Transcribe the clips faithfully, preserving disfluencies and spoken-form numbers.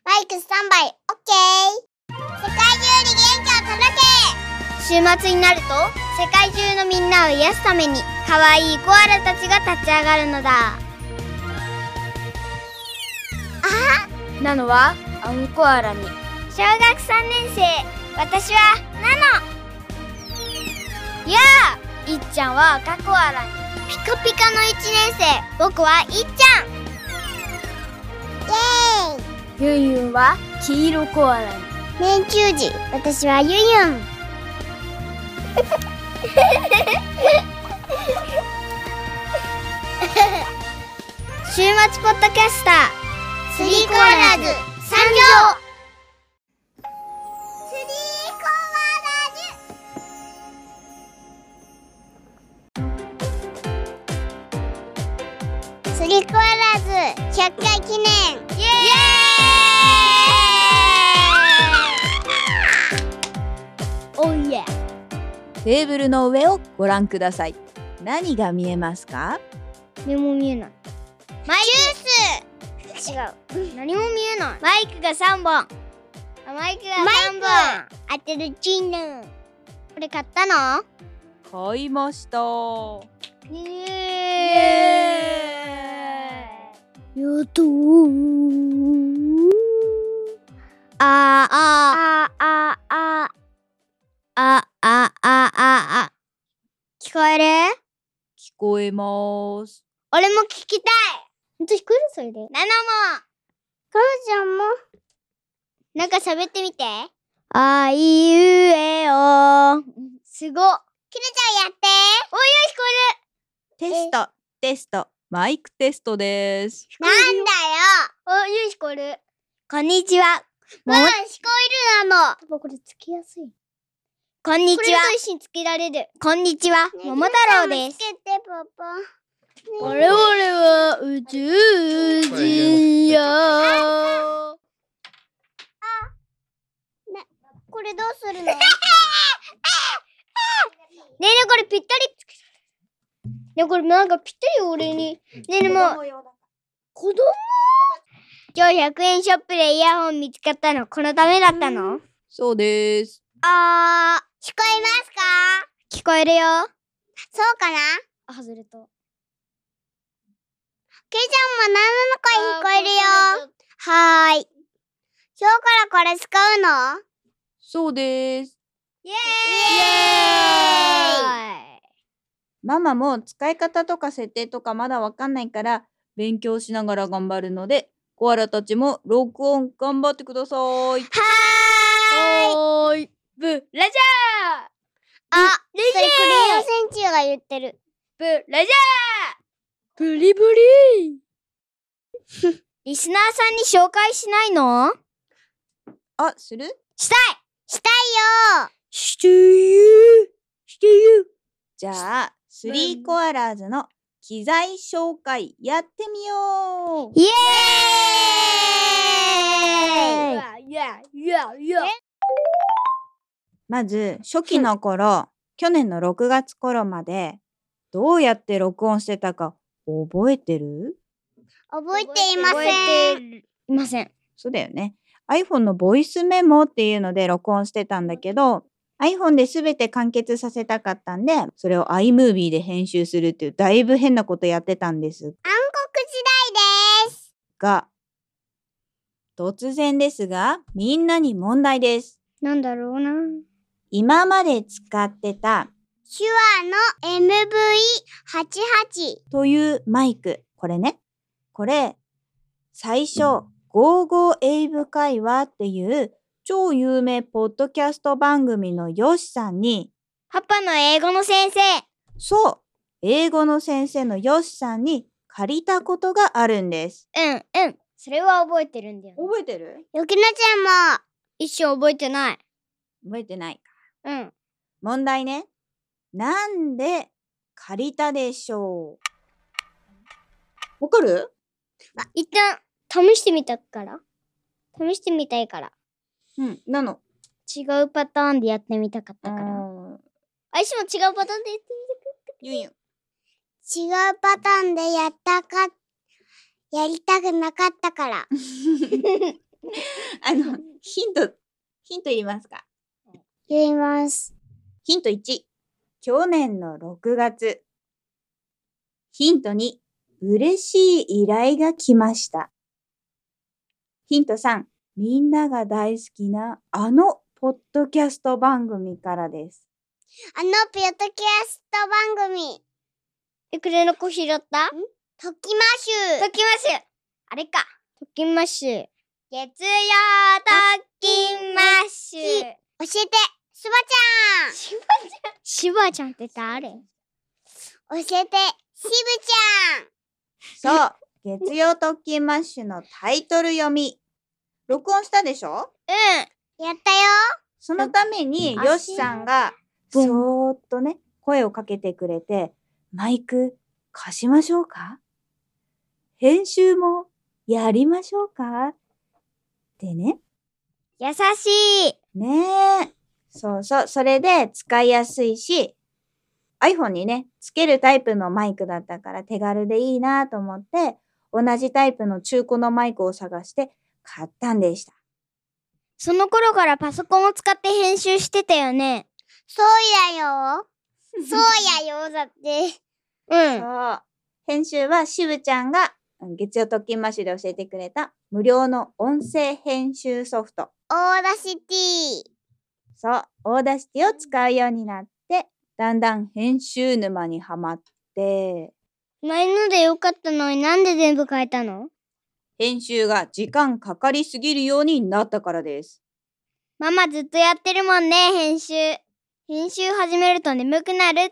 マイクスタンバイ、オッケー。世界中に元気を届け。週末になると、世界中のみんなを癒すために、可愛いコアラたちが立ち上がるのだ。あなのはアンコアラに。 小学さんねん生、私はナノ。 やあ、いっちゃんは赤コアラに。 ピカピカのいちねん生、僕はいっちゃん。イエーイ。 ユンユンは黄色コアラに。 年中時、私はユンユン。週末ポッドキャスター、スリーコアラーズ参上。スリーコアラーズ。スリーコアラーズひゃっかい記念。イエーイ。 おいえ。 テーブルの上をご覧ください。何が見えますか？ 何も見えない。 マイクジュース。違う。 何も見えない。マイクがさんぼん。あ、マイクがさんぼん。 当てるチーヌ。これ買ったの？ 買いました。 イエーイ。 やっとー。あーあーあーあーあああああ聞こえる？ 聞こえます。 俺も聞きたい。 ほんと聞こえる？それで。 ナノも。かおちゃんも。なんか喋ってみて。 あいうえお。 すご。きなちゃんやって。おいよ、聞こテスト、テスト、マイクテストです。 える。なんだよ。 あ、ゆう聞こえる。 こんにちは。もう聞こえるなの。 パパこれつきやすい。 こんにちは。 これと一緒につけられる。 こんにちは。桃太郎です。つけて、パパ。 我々は宇宙人よ。 これどうするの？ねえねえ、これぴったり。 ね、これなんかぴったり俺に。ねえねえ、もう。子供？ 今日ひゃくえんショップでイヤホン見つかったの、このためだったの？ そうです。 あー、聞こえますか？聞こえるよ。そうかな？ あ、外れた。 ケイちゃんもナノの声聞こえるよ。はーい。今日からこれ使うの？ そうです。 イエーイ。 ママも使い方とか設定とかまだわかんないから勉強しながら頑張るので、コアラたちも録音頑張ってください。 はーい。 はーい。ブラジャー。 あ、それクレヨンセンチューが言ってる。 ブラジャー。ブリブリ。 リスナーさんに紹介しないの？ あ、する？ したいしたいよ。 してゆしてゆじゃあ、スリーコアラーズの機材紹介やってみよう。 イエーイ。 いやいやいや。 まず、初期の頃、去年のろくがつ頃まで、どうやって録音してたか覚えてる？ 覚えていません。 いません。 そうだよね。iPhone のボイスメモっていうので録音してたんだけど、iPhone で全て完結させたかったんで、それを iMovie で編集するっていうだいぶ変なことやってたんです暗黒時代です。 が、突然ですが、みんなに問題です。 なんだろうな。 今まで使ってた手話の エムブイはちじゅうはちというマイク、これね。これ、最初、ゴーゴーエイブ会話っていう超有名ポッドキャスト番組のヨシさんに、 パパの英語の先生。 そう、英語の先生のヨシさんに借りたことがあるんです。 うんうん。 それは覚えてるんだよ、ね。 覚えてる？ ゆきなちゃんも。 一生覚えてない。 覚えてないか。 うん。 問題ね。なんで借りたでしょう？わかる？ 一旦試してみたから。試してみたいから。 うん、なの。 違うパターンでやってみたかったから。あいしも違うパターンでやってみたかった。 ゆんゆん。 違うパターンでやったか、やりたくなかったから。 あの、ヒント、ヒントいりますか？ 言います。 ヒントいち、去年のろくがつ。ヒントに、嬉しい依頼が来ました。ヒントさん、みんなが大好きなあのポッドキャスト番組からです。 あのポッドキャスト番組。え、くれの子拾った？ん？ときましゅ。ときましゅ。あれか。ときましゅ。月曜ときましゅ。教えて、しばちゃん。しばちゃん。しばちゃんって誰？教えて、しぶちゃん。そう、月曜特勤マッシュのタイトル読み。録音したでしょ？うん。 やったよ。 そのために、よしさんが、そーっとね、声をかけてくれて、マイク貸しましょうか？編集もやりましょうか？ってね。 優しい。 ねえ。そうそう。それで使いやすいし、iPhone にね、つけるタイプのマイクだったから手軽でいいなと思って、同じタイプの中古のマイクを探して買ったんでした。 その頃からパソコンを使って編集してたよね。そうやよ。そうやよ、だって。うん。 そう。編集はしぶちゃんが月曜特勤マッシュで教えてくれた無料の音声編集ソフト。 オーダーシティ。 そう。オーダーシティを使うようになって、だんだん編集沼にはまって。 前のでよかったのになんで全部変えたの？ 編集が時間かかりすぎるようになったからです。 ママずっとやってるもんね、編集。編集始めると眠くなるって。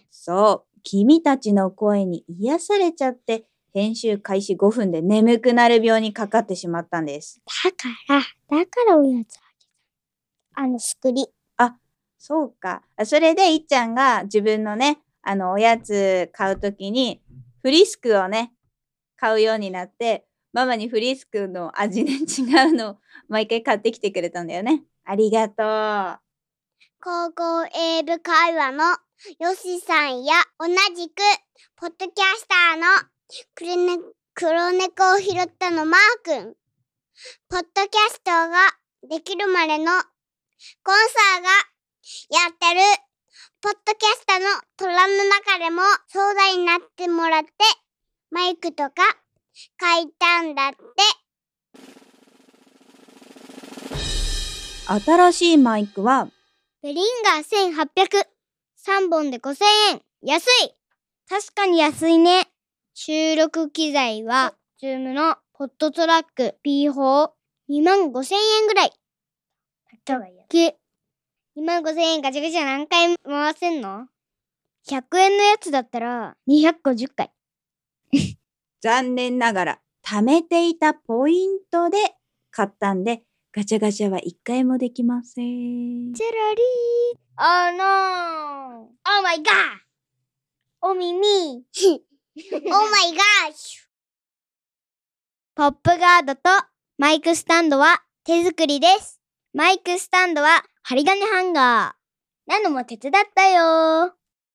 そう。君たちの声に癒されちゃって、編集開始ごふんで眠くなる病にかかってしまったんです。 だから、だからおやつあげた。あのスクリ。 あ、そうか。それでいっちゃんが自分のね、あのおやつ買うときにフリスクをね、買うようになって、ママにフリスクの味で違うのを毎回買ってきてくれたんだよね。ありがとう。 高校英語会話のよしさんや同じくポッドキャスターのくるね黒猫を拾ったのマー君。ポッドキャストができるまでのコンサーがやってるポッドキャスターの虎の中でも相談になってもらってマイクとか買いたんだって。 新しいマイクはベリンガーせんはっぴゃく。さんぼんでごせんえん。安い。確かに安いね。収録機材は、ズームのポットトラック ピーフォー。にまんごせんえんぐらい。にまんごせんえんガチャガチャ何回回せんの？ ひゃく 円のやつだったらにひゃくごじゅっかい。 残念ながら貯めていたポイントで買ったんで、ガチャガチャはいっかいもできません。 チャラリー。Oh no! Oh my god! Oh me me! Oh my gosh! ポップガードとマイクスタンドは手作りです。マイクスタンドは針金ハンガー。なのも手伝ったよ。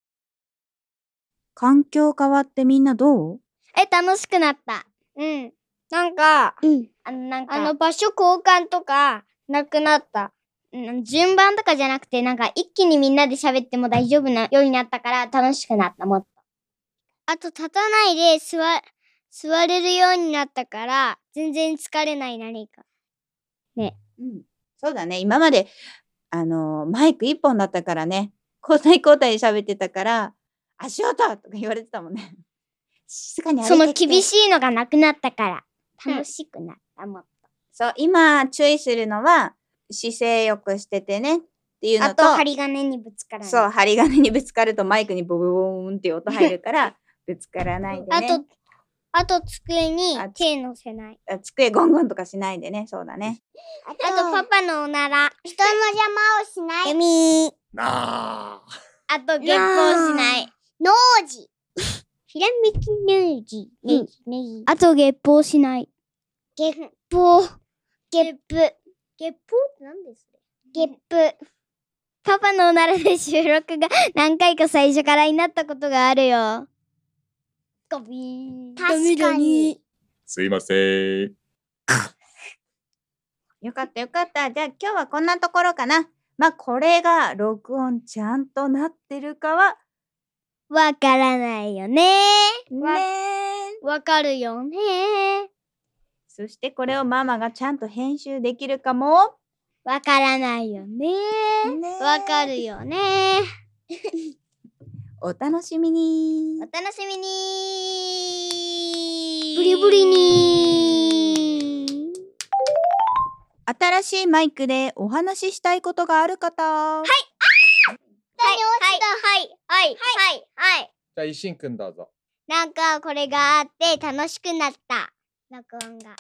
環境変わってみんなどう？ え、楽しくなった。うん。なんか、うん、あの、なんか、あの、場所交換とか、なくなった。うん、順番とかじゃなくて、なんか、一気にみんなで喋っても大丈夫なようになったから、楽しくなった、もっと。あと、立たないで座、座れるようになったから、全然疲れない、何か。ね。 うん。そうだね。今まで、あの、マイク一本だったからね、交代交代で喋ってたから、足音とか言われてたもんね。静かに歩いてきて。 その厳しいのがなくなったから。楽しくなった、うん、もっと。 そう、今注意するのは、姿勢よくしててねっていうのと、 あと針金にぶつからない。 そう、針金にぶつかるとマイクにボボボーンって音入るから、ぶつからないでね。 あと、あと机に手乗せない。 あ、机ゴンゴンとかしないでね、そうだね。 あと、あとパパのおなら。人の邪魔をしない。エミー。あと、ゲップをしない。ノージ。ひらめきネジ。ネジ、ネジ。あと、ゲップをしない。ゲップを。ゲップ。ゲップって何ですか？ゲップ。パパのおならで収録が何回か最初からになったことがあるよ。ゴビー。確かに。 すいません。 よよかったよかった。じゃあ今日はこんなところかな。まあこれが録音ちゃんとなってるかはわからないよね。 ねわ、わかるよね。 そしてこれをママがちゃんと編集できるかもわからないよね。 ねわかるよね。 お楽しみに。 お楽しみに。 ブリブリに。 新しいマイクでお話ししたいことがある方。はい。 はいはいはいはいはい。 じゃあ一心くんどうぞ。 なんかこれがあって楽しくなった。録音が。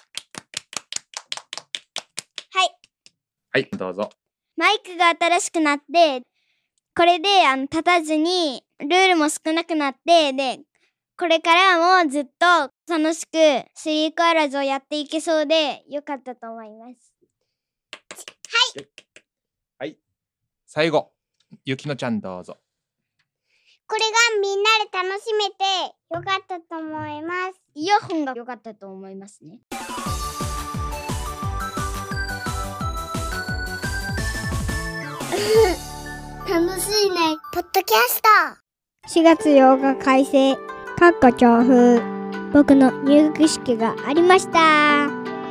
はい。 はいどうぞ。 マイクが新しくなって、これであの立たずにルールも少なくなって、でこれからもずっと楽しくスリーコアラズをやっていけそうでよかったと思います。はい。 はい。最後、ゆきのちゃんどうぞ。 これがみんなで楽しめてよかったと思います。イヤホンがよかったと思いますね。 楽しいね。 ポッドキャスト。 しがつようか改正。かっこ調布。僕の入学式がありました。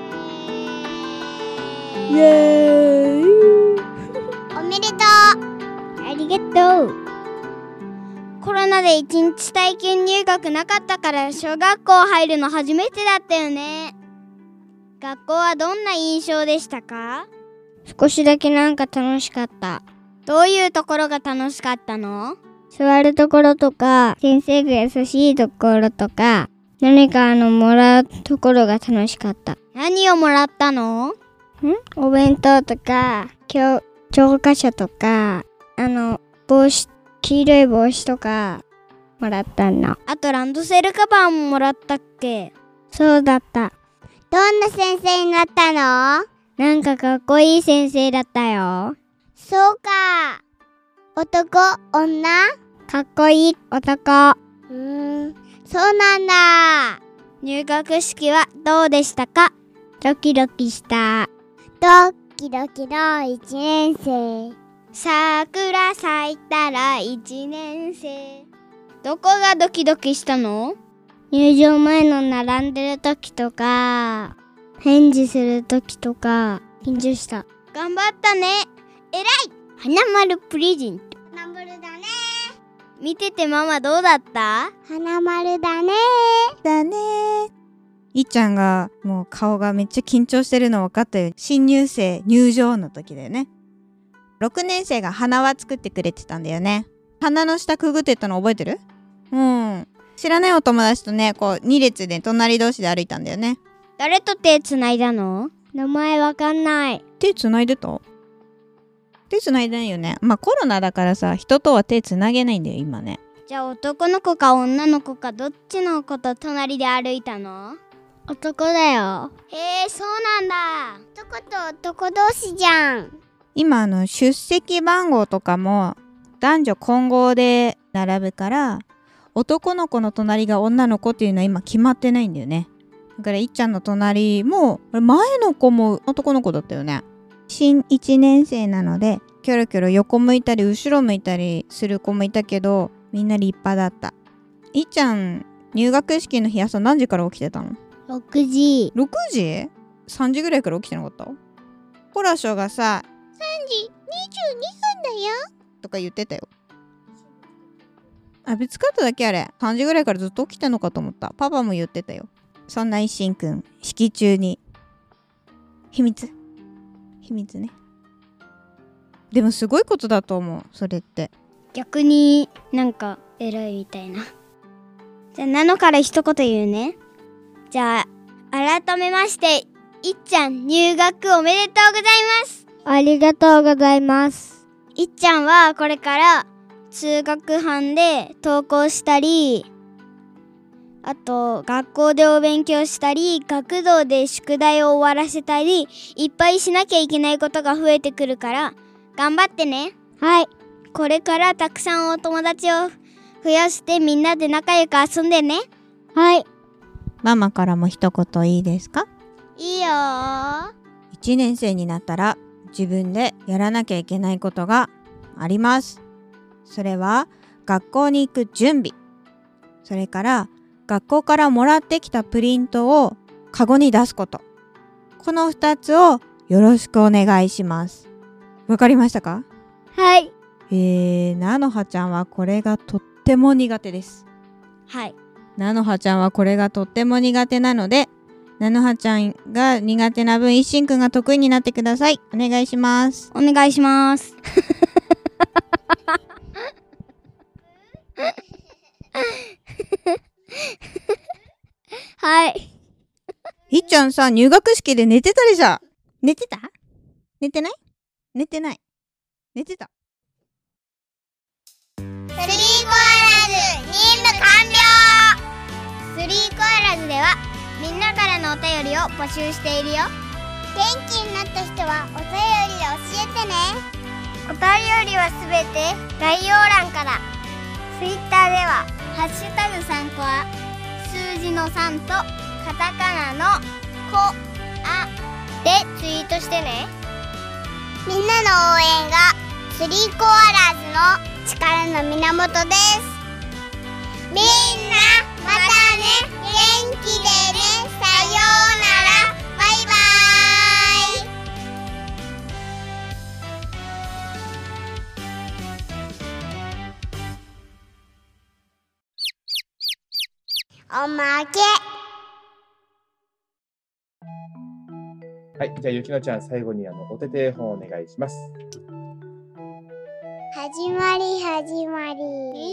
イエーイ。 おめでとう。 ありがとう。 コロナで一日体験入学なかったから小学校入るの初めてだったよね。学校はどんな印象でしたか？ 少しだけなんか楽しかった。 どういうところが楽しかったの？ 座るところとか、先生が優しいところとか、何かあのもらうところが楽しかった。 何をもらったの？ ん？お弁当とか、教、教科書とか、あの、帽子、黄色い帽子とか、もらったの。 あとランドセルカバーももらったっけ？ そうだった。 どんな先生になったの？ なんかかっこいい先生だったよ。 そうか。男、女？ かっこいい男。 うーん、そうなんだ。入学式はどうでしたか？ ドキドキした。 ドキドキの一年生。桜咲いたら一年生。どこがドキドキしたの？ 入場前の並んでる時とか、返事する時とか、緊張した。 頑張ったね。えらい。 花丸プレゼント。 花丸だね。見ててママどうだった？花丸だね。 だね。いっちゃんがもう顔がめっちゃ緊張してるの分かったよ。新入生入場の時だよね。ろくねん生が花輪作ってくれてたんだよね。花の下くぐってたの覚えてる？うん。知らないお友達とね、こうに列で隣同士で歩いたんだよね。 誰と手つないだの？ 名前わかんない。 手つないでた？手つないでないよね。まあコロナだからさ、人とは手つなげないんだよ今ね。 じゃあ男の子か女の子かどっちの子と隣で歩いたの？ 男だよ。 へえ、そうなんだ。男と男同士じゃん。 今あの出席番号とかも男女混合で並ぶから、男の子の隣が女の子っていうのは今決まってないんだよね。だからいっちゃんの隣も前の子も男の子だったよね。新いちねん生なのでキョロキョロ横向いたり後ろ向いたりする子もいたけど、みんな立派だった。いっちゃん入学式の日朝何時から起きてたの？ ろくじ。 ろくじ？ さん 時ぐらいから起きてなかった？コラショがささんじにじゅうにふんだよとか言ってたよ。あ、ぶつかっただけあれ。さんじぐらいからずっと起きてんのかと思った。パパも言ってたよ。そんな一心くん、式中に秘密秘密ね。でもすごいことだと思う、それって。 逆になんか偉いみたいな。じゃあナノから一言言うね。じゃあ改めましていっちゃん入学おめでとうございます。 ありがとうございます。 いっちゃんはこれから通学班で登校したり、あと学校でお勉強したり、学童で宿題を終わらせたり、いっぱいしなきゃいけないことが増えてくるから頑張ってね。 はい。 これからたくさんお友達を増やしてみんなで仲良く遊んでね。 はい。 ママからも一言いいですか？ いいよー。 ちねん生になったら自分でやらなきゃいけないことがあります。それは学校に行く準備、それから学校からもらってきたプリントをカゴに出すこと。このふたつをよろしくお願いします。わかりましたか？ はい。 えー、なのはちゃんはこれがとっても苦手です。 はい。 なのはちゃんはこれがとっても苦手なので、なのはちゃんが苦手な分、いっしんくんが得意になってください。お願いします。 お願いします。はい。 ひっちゃんさ、入学式で寝てたでしょ。寝てた？寝てない？寝てない。寝てた。 スリーコアラズ任務完了。スリーコアラズではみんなからのお便りを募集しているよ。元気になった人はお便りで教えてね。お便りはすべて概要欄から。ツイッターではハッシュタグさんコア、数字のさんとカタカナのコアでツイートしてね。みんなの応援がスリーコアラーズの力の源です。みんなまたね。元気でね。さようなら。バイバイ。おまけ。 はい、じゃあゆきのちゃん最後にあのお手手本お願いします。 始まり始まり。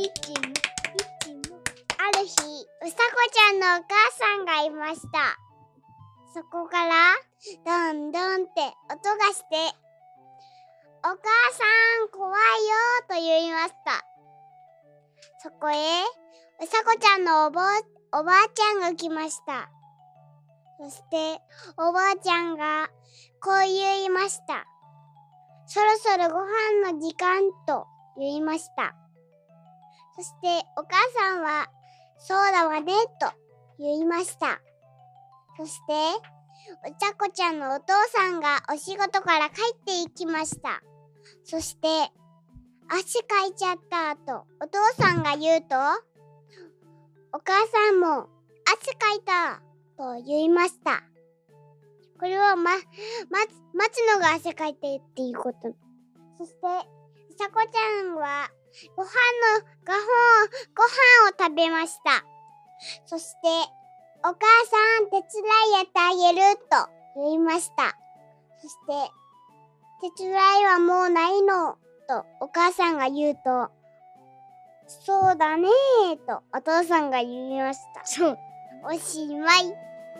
ある日、うさこちゃんのお母さんがいました。そこからドンドンって音がして、お母さん怖いよと言いました。そこへうさこちゃんのおばおばあちゃんが来ました。そしておばあちゃんがこう言いました。そろそろご飯の時間と言いました。そしてお母さんはそうだわねと言いました。そしてうちゃこちゃんのお父さんがお仕事から帰っていきました。そして汗かいちゃったとお父さんが言うと、お母さんも汗かいたと言いました。これはま、待つ、待つのが汗かいてっていうこと。そしてさこちゃんはご飯のご飯ご飯を食べました。そしてお母さん手伝いやってあげると言いました。そして手伝いはもうないのとお母さんが言うと、そうだねーとお父さんが言いました。そう。おしまい。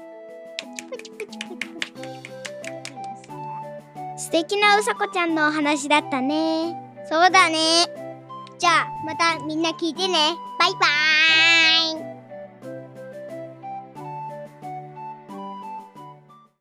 素敵なうさこちゃんのお話だったね。そうだね。じゃあまたみんな聞いてね。バイバーイ。